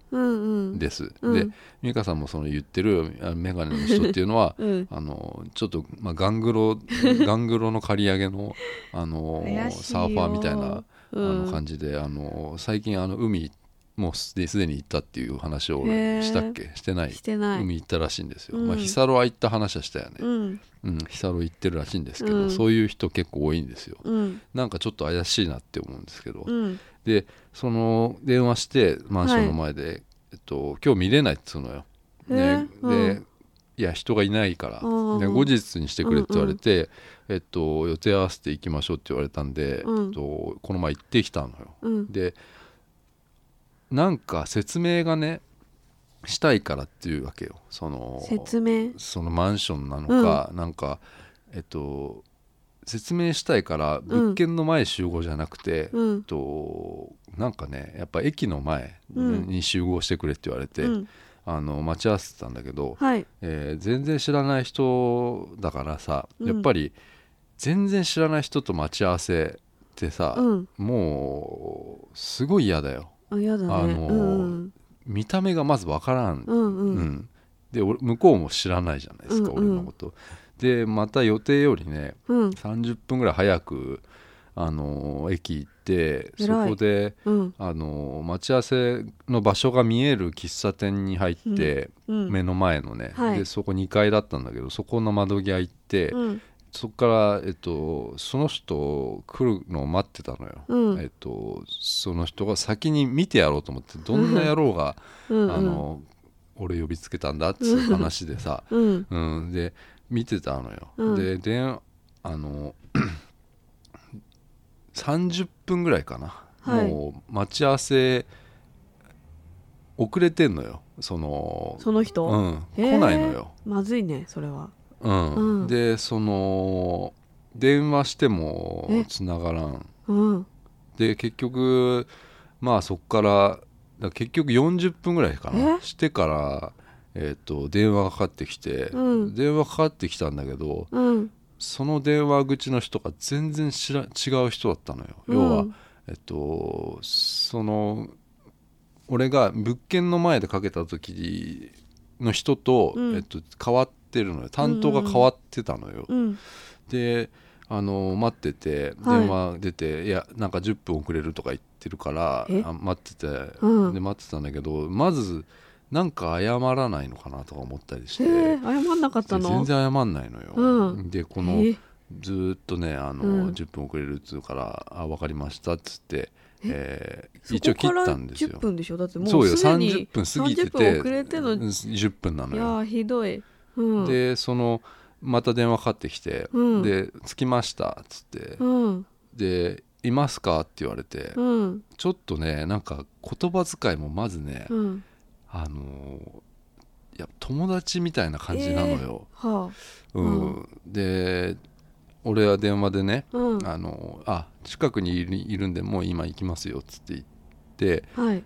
Speaker 1: です、
Speaker 2: うん、
Speaker 1: で美香さんもその言ってるメガネの人っていうのは、ちょっと、ガングロの刈り上げの、サーファーみたいな感じで、最近海もうすでに行ったっていう話をしたっけ？してない。海行ったらしいんですよ、日サロは行った話はしたよね、日サロ行ってるらしいんですけど、そういう人結構多いんですよ、なんかちょっと怪しいなって思うんですけど、でその電話してマンションの前で、今日見れないっつうのよ、でいや人がいないからで後日にしてくれって言われて、予定合わせて行きましょうって言われたんで、この前行ってきたのよ、でなんか説明がねしたいからっていうわけよ、そのマンションなのか、なんか説明したいから物件の前集合じゃなくて、なんかねやっぱ駅の前に集合してくれって言われて、待ち合わせてたんだけど、全然知らない人だからさ、やっぱり全然知らない人と待ち合わせってさ、もうすごい嫌だよ。
Speaker 2: 嫌だね、
Speaker 1: 見た目がまず分からん、で向こうも知らないじゃないですか、俺のことで、また予定よりね、30分ぐらい早く駅行って、そこで、待ち合わせの場所が見える喫茶店に入って、目の前のね、でそこ2階だったんだけど、そこの窓際行って、そこから、その人来るのを待ってたのよ、その人が先に見てやろうと思って、どんな野郎が俺呼びつけたんだっていう話でさ、で見てたのよ、で30分ぐらいかな、もう待ち合わせ遅れてんのよ、その
Speaker 2: 人、
Speaker 1: 来ないのよ。
Speaker 2: まずいねそれは、
Speaker 1: でその電話しても繋がらん、で結局そっから結局40分ぐらいかなしてから、電話がかかってきて、電話かかってきたんだけど、その電話口の人が全然違う人だったのよ、要はその俺が物件の前でかけた時の人と、変わってるのよ、担当が変わってたのよ、で待ってて電話出て、いやなんか10分遅れるとか言ってるから待ってて、で待ってたんだけど、まずなんか謝らないのかなとか思ったりして、
Speaker 2: 謝んなかったの？
Speaker 1: 全然謝んないのよ、でこのずっとね10分遅れるっつうから分かりましたっつって、一応切ったんですよ。
Speaker 2: 10分でしょ、だってもう
Speaker 1: そうよ、
Speaker 2: すでに
Speaker 1: 30分過ぎてて
Speaker 2: 30分遅れての
Speaker 1: 10分なのよ。
Speaker 2: いやひどい、
Speaker 1: でまた電話かかってきて、で着きましたっつって、でいますかって言われて、ちょっとねなんか言葉遣いもまずね、いや友達みたいな感じなのよ、で俺は電話でね、近くにいるんでもう今行きますよっつって言って、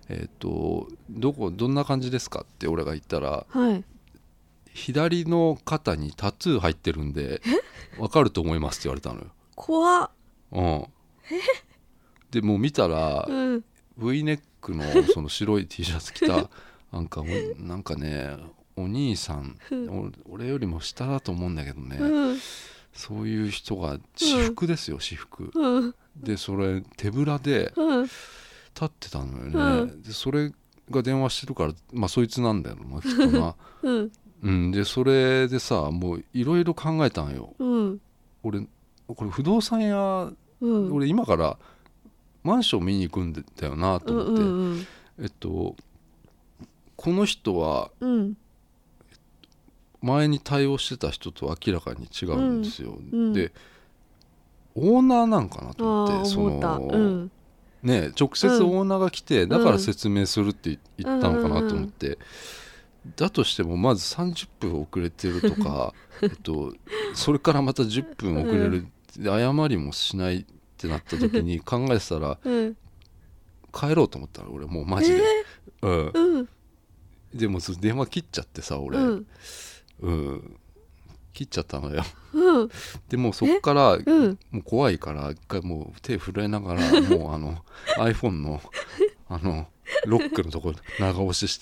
Speaker 1: どんな感じですかって俺が言ったら、左の肩にタトゥー入ってるんで分かると思いますって言われたのよ。
Speaker 2: 怖
Speaker 1: っ、でもう見たら、V ネックのその白い T シャツ着たなんかねお兄さん、俺よりも下だと思うんだけどね、そういう人が私服ですよ、私服、でそれ手ぶらで立ってたのよね、でそれが電話してるから、そいつなんだよなきっとな、でそれでさもういろいろ考えたんよ、俺これ不動産屋、俺今からマンション見に行くんだよなと思って、この人は、前に対応してた人と明らかに違うんですよ、でオーナーなんかなと思って、その、直接オーナーが来て、だから説明するって言ったのかなと思って、だとしてもまず30分遅れてるとかそれからまた10分遅れる、謝りもしないってなった時に考えてたら、帰ろうと思ったら俺もうマジで、でも電話切っちゃってさ俺、切っちゃったのよ、でもうそっから、もう怖いから一回もう手震えながらもうiPhone のロックのとこ長押しして、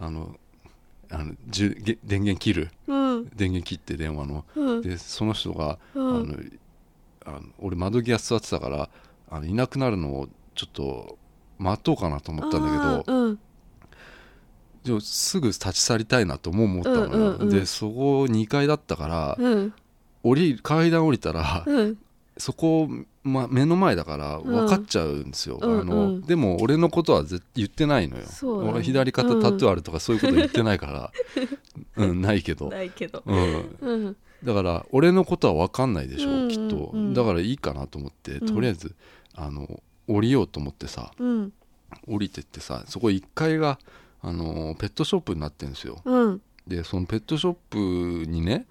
Speaker 1: 電源切る、電源切って電話の、でその人が、俺窓際座ってたからいなくなるのをちょっと待とうかなと思ったんだけど、すぐ立ち去りたいなとも思ったのよ、でそこ2階だったから、階段降りたら、そこ、目の前だから分かっちゃうんですよ、でも俺のことは言ってないのよ、俺左肩タトゥーあるとかそういうこと言ってないから、ないけど、だから俺のことは分かんないでしょ、きっと、だからいいかなと思って、とりあえず降りようと思ってさ、降りてってさ、そこ1階がペットショップになってるんですよ、でそのペットショップにね、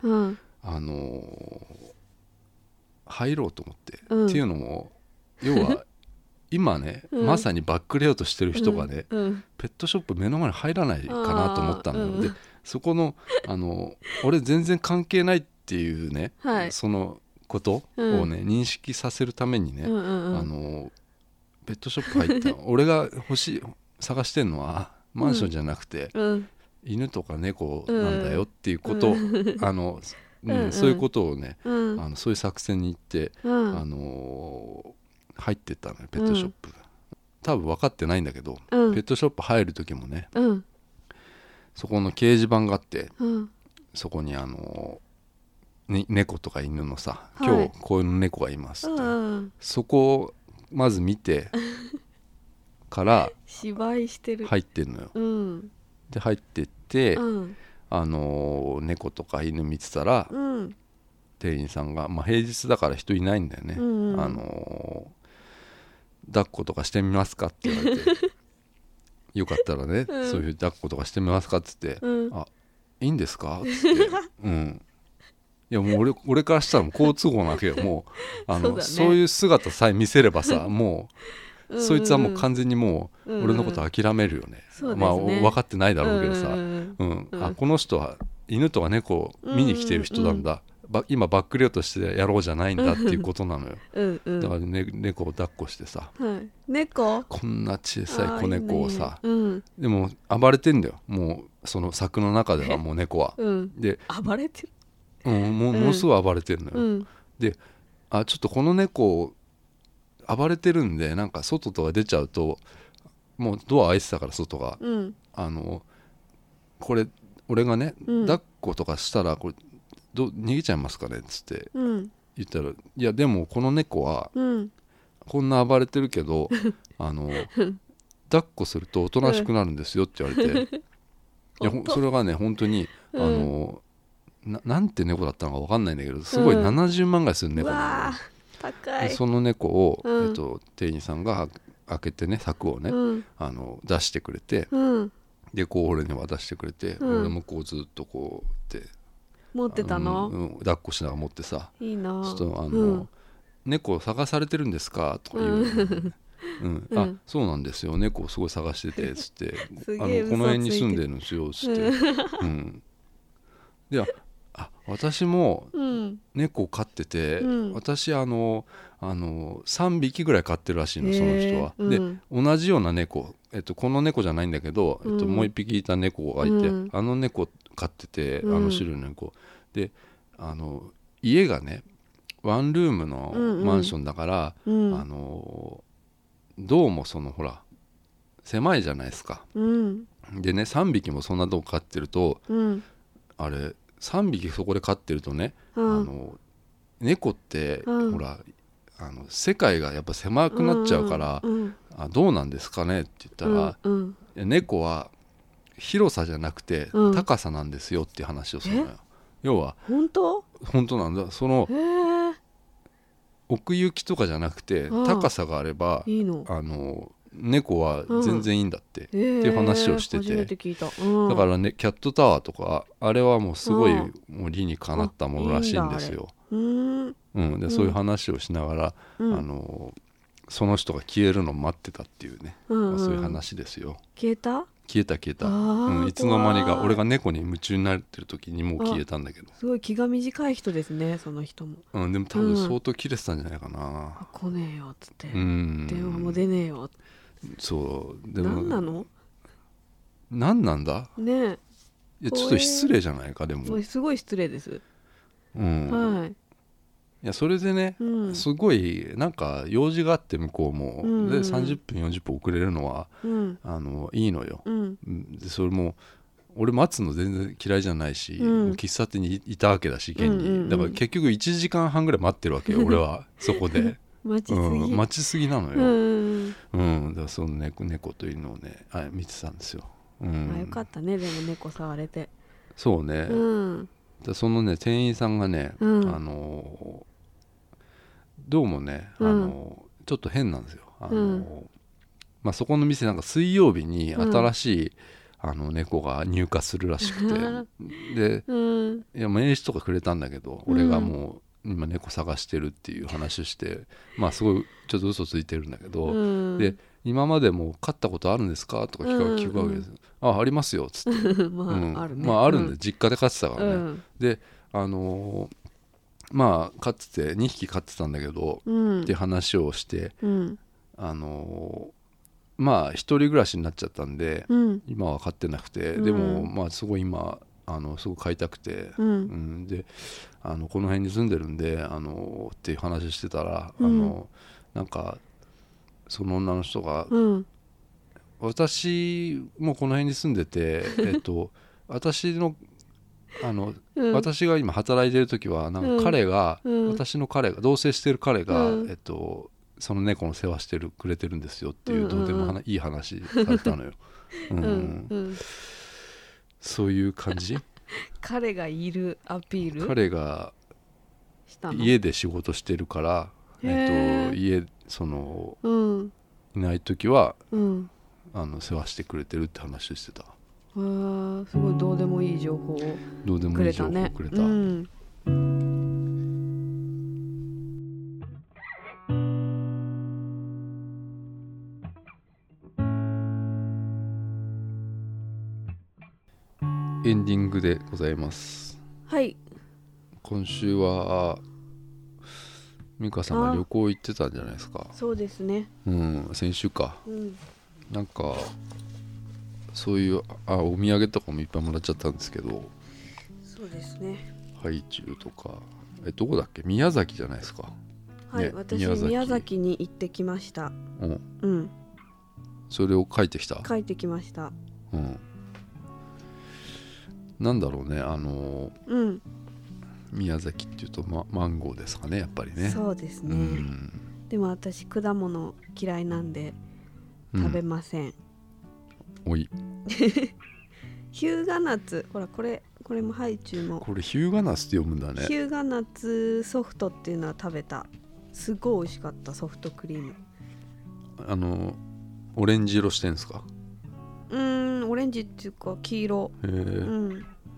Speaker 1: 入ろうと思って、っていうのも要は今ね、まさにバックレようとしてる人がね、ペットショップ目の前に入らないかなと思ったのよ、でそこの俺全然関係ないっていうね、そのことをね、認識させるためにね、ペットショップ入った俺が探してるのはマンションじゃなくて、犬とか猫なんだよっていうこと、そういうことをね、そういう作戦に行って、入ってったのよペットショップ、多分分かってないんだけど、ペットショップ入る時もね、そこの掲示板があって、そこに猫とか犬のさ、今日こういう猫がいますって、そこをまず見てから
Speaker 2: 芝居してる
Speaker 1: 入ってんのよ、で入ってって、猫とか犬見てたら、店員さんが、平日だから人いないんだよね、抱っことかしてみますかって言われてよかったらね、そういう抱っことかしてみますかっつって、あ、いいんですかっつって、いやもう俺からしたらもう好都合なわけよ、もうそういう姿さえ見せればさ、もうそいつはもう完全にもう俺のこと諦めるよね、分かってないだろうけどさ、あ、この人は犬とか猫を見に来てる人なんだ、今バックレートしてやろうじゃないんだっていうことなのよ、だから、猫を抱っこしてさ、
Speaker 2: 猫
Speaker 1: こんな小さい子猫をさ、でも暴れてんだよ、もうその柵の中ではもう猫は、で
Speaker 2: 暴れてる、
Speaker 1: ものすごい暴れてるのよ、で、ちょっとこの猫暴れてるんでなんか外とか出ちゃうと、もうドア開いてたから外が、これ俺がね、抱っことかしたらこれ逃げちゃいますかねっつって言ったら、いやでもこの猫はこんな暴れてるけど抱っこするとおとなしくなるんですよって言われて、いやそれがね本当になんて猫だったのか分かんないんだけど、すごい70万ぐらいする猫なの、
Speaker 2: 高い。
Speaker 1: その猫を、店員さんが開けてね、柵をね、出してくれて、でこう俺に渡してくれて、俺もこうずっとこうって
Speaker 2: 持ってたの、
Speaker 1: 抱っこしながら持ってさ、
Speaker 2: いいな、
Speaker 1: ちょっと猫探されてるんですかとか言う、あ、そうなんですよ、猫をすごい探しててつってこの辺に住んでるんですよつって、で、私も猫を飼ってて、私3匹ぐらい飼ってるらしいの、その人は。で同じような猫、この猫じゃないんだけど、もう一匹いた猫がいて、猫飼ってて、種類の猫で、家がねワンルームのマンションだから、どうもそのほら狭いじゃないですか、でね3匹もそんなとこ飼ってると、あれ3匹そこで飼ってるとね、猫って、ほら世界がやっぱ狭くなっちゃうから、どうなんですかねって言ったら、猫は広さじゃなくて高さなんですよっていう話をするのよ。要は
Speaker 2: 本当
Speaker 1: なんだ、その奥行きとかじゃなくて高さがあれば
Speaker 2: いいの、
Speaker 1: 猫は全然いいんだって、っていう話をしてて、
Speaker 2: 初めて聞いた、
Speaker 1: だからねキャットタワーとかあれはもうすごいもう理にかなったものらしいんですよ。でそういう話をしながら、その人が消えるのを待ってたっていうね、そういう話ですよ。
Speaker 2: 消えた、
Speaker 1: いつの間にか俺が猫に夢中になってる時にもう消えたんだけど、
Speaker 2: すごい気が短い人ですね、その人も。
Speaker 1: でも多分相当キレてたんじゃないかな、
Speaker 2: 来ねえよっつって、電話も出ねえよ。
Speaker 1: そうでも
Speaker 2: 何なの？
Speaker 1: 何なんだ
Speaker 2: ねえ、
Speaker 1: いやちょっと失礼じゃないかでも、
Speaker 2: もうすごい失礼です。
Speaker 1: うん、
Speaker 2: はい。
Speaker 1: いやそれでね、
Speaker 2: うん、
Speaker 1: すごいなんか用事があって向こうも、
Speaker 2: うんうん、
Speaker 1: で30分40分遅れるのは、
Speaker 2: うん、
Speaker 1: いいのよ、
Speaker 2: うん、
Speaker 1: でそれも俺待つの全然嫌いじゃないし、
Speaker 2: うん、
Speaker 1: もう喫茶店にいたわけだし現に、
Speaker 2: うんうんうん、
Speaker 1: だから結局1時間半ぐらい待ってるわけよ俺はそこで
Speaker 2: 待ちすぎ、
Speaker 1: うん、待ちすぎなのよ、
Speaker 2: うん
Speaker 1: うん、だからその猫というのをね見てたんですよ、うん、
Speaker 2: よかったね。でも猫触れて。
Speaker 1: そうね、
Speaker 2: うん、
Speaker 1: でそのね店員さんがね、
Speaker 2: うん、
Speaker 1: どうもね、
Speaker 2: うん、
Speaker 1: ちょっと変なんですよ、
Speaker 2: うん
Speaker 1: まあ、そこの店なんか水曜日に新しい、猫が入荷するらしくてで、
Speaker 2: うん、
Speaker 1: いや名刺とかくれたんだけど、俺がもう今猫探してるっていう話してまあすごいちょっと嘘ついてるんだけど、
Speaker 2: うん、
Speaker 1: で今までも飼ったことあるんですかとか聞くわけです、ありますよっつって
Speaker 2: まあ、あるね、
Speaker 1: まああるんで、実家で飼ってたからね、
Speaker 2: うん、
Speaker 1: でまあ飼ってて2匹飼ってたんだけど、
Speaker 2: うん、
Speaker 1: って話をして、
Speaker 2: うん、
Speaker 1: まあ一人暮らしになっちゃったんで、
Speaker 2: うん、
Speaker 1: 今は飼ってなくて、
Speaker 2: うん、
Speaker 1: でもまあすごい今すごい飼いたくて、
Speaker 2: うん
Speaker 1: うん、でこの辺に住んでるんでっていう話してたら、
Speaker 2: うん、
Speaker 1: なんかその女の人が、
Speaker 2: うん、
Speaker 1: 私もこの辺に住んでて私の
Speaker 2: うん、
Speaker 1: 私が今働いてる時はなんか彼が、
Speaker 2: うん、
Speaker 1: 私の彼が同棲してる彼が、
Speaker 2: うん、
Speaker 1: その猫の世話してくれてるんですよっていう、どうでもいい話されたのよ、うん
Speaker 2: うんうん、
Speaker 1: そういう感じ
Speaker 2: 彼がいるアピール
Speaker 1: 彼が家で仕事してるから、家
Speaker 2: うん、
Speaker 1: いない時は、
Speaker 2: うん、
Speaker 1: 世話してくれてるって話してた。
Speaker 2: すごいどうでもいい情報をくれたね。
Speaker 1: くれた、うん、エンディングでございます。
Speaker 2: はい。
Speaker 1: 今週は美香さんが旅行行ってたんじゃないですか。
Speaker 2: そうですね、
Speaker 1: うん、先週か、
Speaker 2: うん、
Speaker 1: なんかそういうお土産とかもいっぱいもらっちゃったんですけど。
Speaker 2: そうですね、
Speaker 1: ハイチュウとかどこだっけ、宮崎じゃないですか。
Speaker 2: はい、ね、私宮崎に行ってきました。
Speaker 1: うん、
Speaker 2: うん、
Speaker 1: それを書いてきた。
Speaker 2: 書いてきました。
Speaker 1: うん、なんだろうね
Speaker 2: うん、
Speaker 1: 宮崎っていうと、マンゴーですかねやっぱりね。
Speaker 2: そうですね、うん、でも私果物嫌いなんで食べません、
Speaker 1: おい
Speaker 2: ヒューガナッツ、ほらこれもハイチュウも
Speaker 1: これヒューガナスって読むんだね。
Speaker 2: ヒューガナッツソフトっていうのは食べた。すごい美味しかった。ソフトクリーム
Speaker 1: オレンジ色してんすか。
Speaker 2: オレンジっていうか黄色。
Speaker 1: へえ、うん、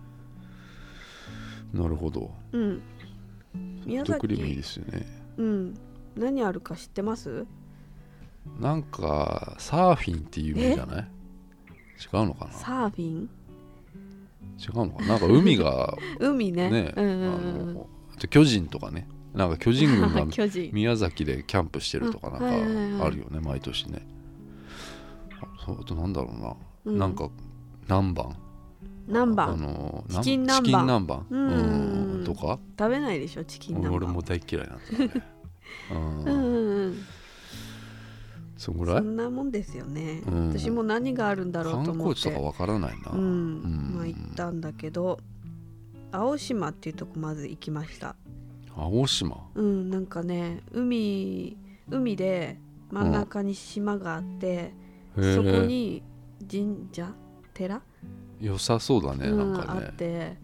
Speaker 1: なるほど、うん、
Speaker 2: 宮崎
Speaker 1: ソフトクリームいいですよね。
Speaker 2: うん、何あるか知ってます？
Speaker 1: なんかサーフィンっていう意味じゃない？違うのかな。
Speaker 2: サーフィン
Speaker 1: 違うのかな。なんか海が
Speaker 2: 海ね、
Speaker 1: あと巨人とかね、なんか巨人軍が宮崎でキャンプしてるとかなんかあるよね、毎年ね。あとなんだろうな、うん、なんか南蛮
Speaker 2: チキン南
Speaker 1: 蛮とか
Speaker 2: 食べないでしょチキン南蛮。
Speaker 1: 俺も大嫌いなんだよねそんぐらい。
Speaker 2: そんなもんですよね、うん、私も何があるんだろうと思って
Speaker 1: 観光地とかわからないな、
Speaker 2: まあ行ったんだけど、青島っていうとこまず行きました。
Speaker 1: 青島、
Speaker 2: なんかね海で真ん中に島があって、そこに神社寺
Speaker 1: 良さそうだね、なんかね
Speaker 2: あって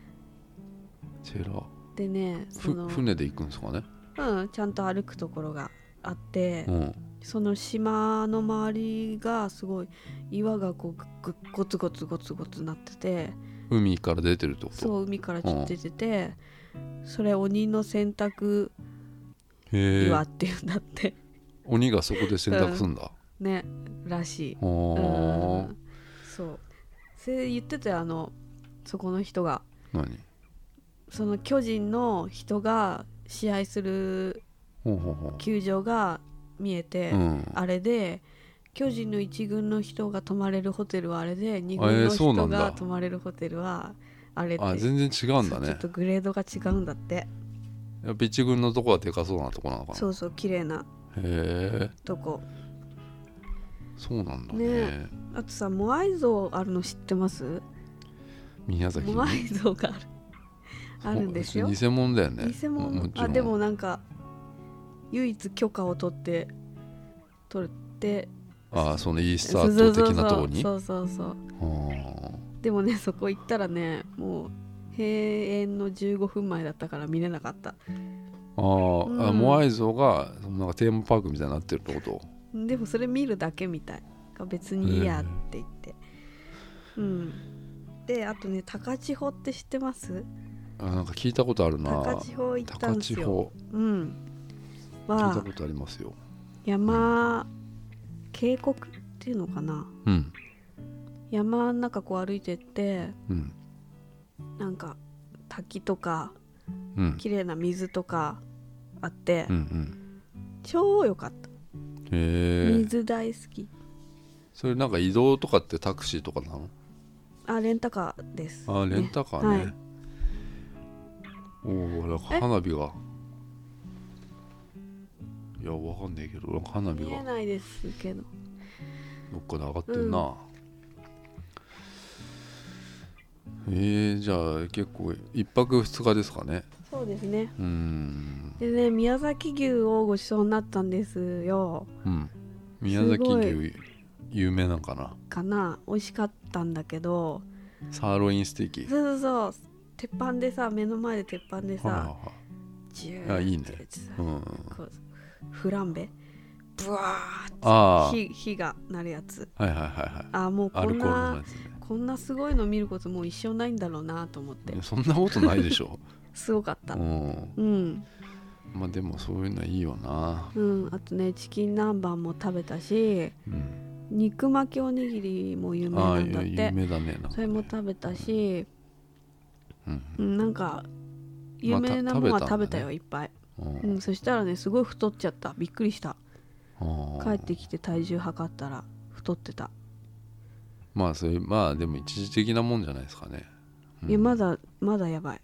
Speaker 1: 寺
Speaker 2: でね、
Speaker 1: 船で行くんですかね。
Speaker 2: ちゃんと歩くところがあって、その島の周りがすごい岩がこうゴツゴツゴツゴツなってて、
Speaker 1: 海から出てるってこと。
Speaker 2: そう、海からちょっと出てて、それ鬼の洗濯岩っていうんだって。
Speaker 1: 鬼がそこで洗濯するんだ、
Speaker 2: ね、らしい。そうそれ言ってたよ、そこの人が。
Speaker 1: 何？
Speaker 2: その巨人の人が試合する球場が見えて、あれで巨人の1軍の人が泊まれるホテルはあれで2軍の人が泊まれるホテルはあれって、
Speaker 1: 全然違うんだね。
Speaker 2: ちょっとグレードが違うんだって。
Speaker 1: やっぱ1軍のとこはでかそうなとこなのかな。
Speaker 2: そうそう、綺麗なとこ。
Speaker 1: そうなんだ ね。
Speaker 2: あとさ、モアイ像あるの知ってます？
Speaker 1: 宮崎に
Speaker 2: モアイ像があるんですよ。
Speaker 1: 偽物だよね。
Speaker 2: 偽物。でもなんか唯一許可を取って、
Speaker 1: そのイースター島的なところに。
Speaker 2: そうでもね、そこ行ったらね、もう閉園の15分前だったから見れなかった。
Speaker 1: モアイ像がなんかテーマパークみたいになってるってこと？
Speaker 2: でもそれ見るだけみたい。別にいいやって言って、で、あとね、高千穂って知ってます？
Speaker 1: なんか聞いたことあるな。
Speaker 2: 高千穂行ったんですよ。
Speaker 1: 聞いたことありますよ。
Speaker 2: 山渓谷っていうのかな、山の中こう歩いてって、なんか滝とか、綺麗な水とかあって、超良かった。水大好き。
Speaker 1: それなんか移動とかってタクシーとかなの？
Speaker 2: レンタカーです、
Speaker 1: レンタカーね。なんか花火が、いや、わかんないけど、なんか花火が
Speaker 2: 見えないですけど
Speaker 1: どっかで上がってるな。じゃあ結構1泊2日ですかね。
Speaker 2: そうですね。でね、宮崎牛をごちそうになったんですよ。
Speaker 1: 宮崎牛有名なんかな。
Speaker 2: 美味しかったんだけど、
Speaker 1: サーロインステーキ。
Speaker 2: そう鉄板でさ、目の前で鉄板でさ、ジュー
Speaker 1: いいね。
Speaker 2: フランベブワーって火が鳴るやつ。もうこんなすごいの見ることもう一生ないんだろうなと思って。
Speaker 1: そんなことないでしょ。
Speaker 2: すごかった。
Speaker 1: まあでもそういうのはいいよな。
Speaker 2: あとね、チキン南蛮も食べたし、肉巻きおにぎりも有名なんだって。
Speaker 1: 有名だね。
Speaker 2: それも食べたし、なんか有名なものは食べたよ、いっぱい。そしたらね、すごい太っちゃった。びっくりした。帰ってきて体重測ったら太ってた。
Speaker 1: それでも一時的なもんじゃないですかね。
Speaker 2: いや、まだやばい。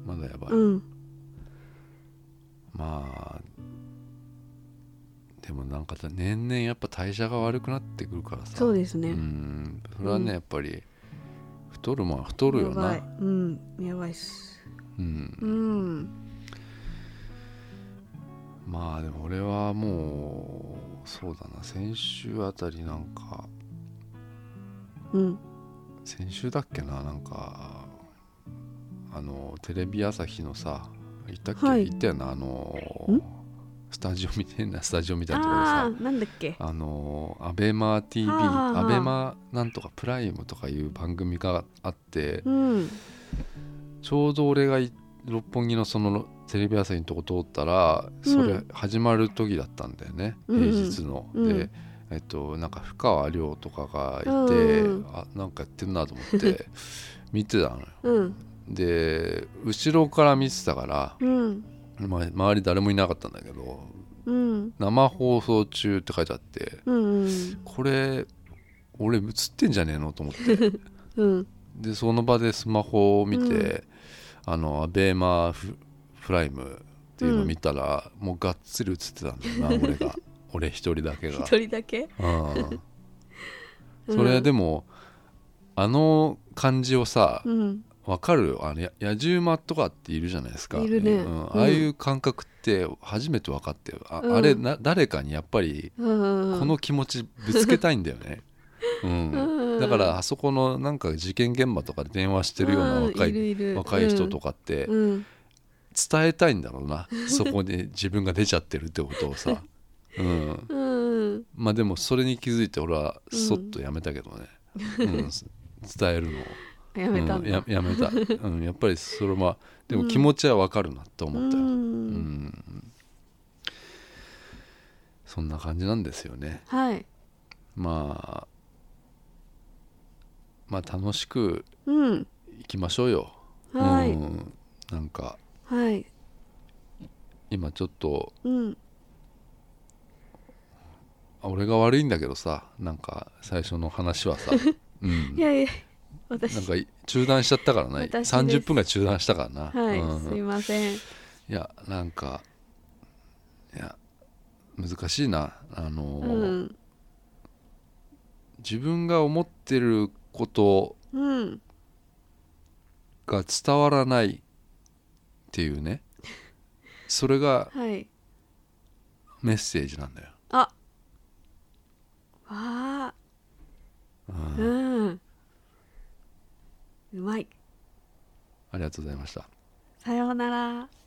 Speaker 1: でもなんか年々やっぱ代謝が悪くなってくるからさ。
Speaker 2: そうですね。
Speaker 1: それはね、やっぱり太るもんは太るよな。
Speaker 2: やばいっす。
Speaker 1: でも俺はもうそうだな、先週あたりなんか、先週だっけな、なんかテレビ朝日のさ、行ったっけ、行ったよな、スタジオみたいなところでさ、
Speaker 2: なんだっけ、
Speaker 1: アベマ TV、アベマなんとかプライムとかいう番組があって、ちょうど俺が六本木のそのテレビ朝日のとこ通ったら、それ始まる時だったんだよね、平日の。で、なんか深川亮とかがいて、なんかやってんなと思って見てたのよ。で、後ろから見てたから、周り誰もいなかったんだけど、生放送中って書いてあって、これ俺映ってんじゃねえのと思って、でその場でスマホを見て、アベマプライムっていうのを見たら、もうがっつり映ってたんだよな、俺一人だけが。
Speaker 2: 一人だけ？
Speaker 1: それでも感じをさ、わかるよ。野獣馬とかっているじゃないですか。
Speaker 2: いるね。
Speaker 1: ああいう感覚って初めて分かったよ。あれ誰かにやっぱりこの気持ちぶつけたいんだよね。だからあそこのなんか事件現場とかで電話してるような若い人とかって伝えたいんだろうな、そこで自分が出ちゃってるってことをさ。でもそれに気づいて俺はそっとやめたけどね、伝えるのを
Speaker 2: やめたんだ。
Speaker 1: やめた。やっぱりそれはでも気持ちは分かるなと思ったよ。そんな感じなんですよね。楽しくいきましょうよ。なんか、今ちょっと、 俺が悪いんだけどさ、なんか最初の話はさ、うん、
Speaker 2: いやいや私
Speaker 1: なんか中断しちゃったからな、30分が中断したからな。
Speaker 2: はい、すいません。い
Speaker 1: やなんかいや難しいな、自分が思ってることが伝わらないっていうね、それがメッセージなんだよ。
Speaker 2: あ、わあ、うん、うまい。
Speaker 1: ありがとうございました。
Speaker 2: さようなら。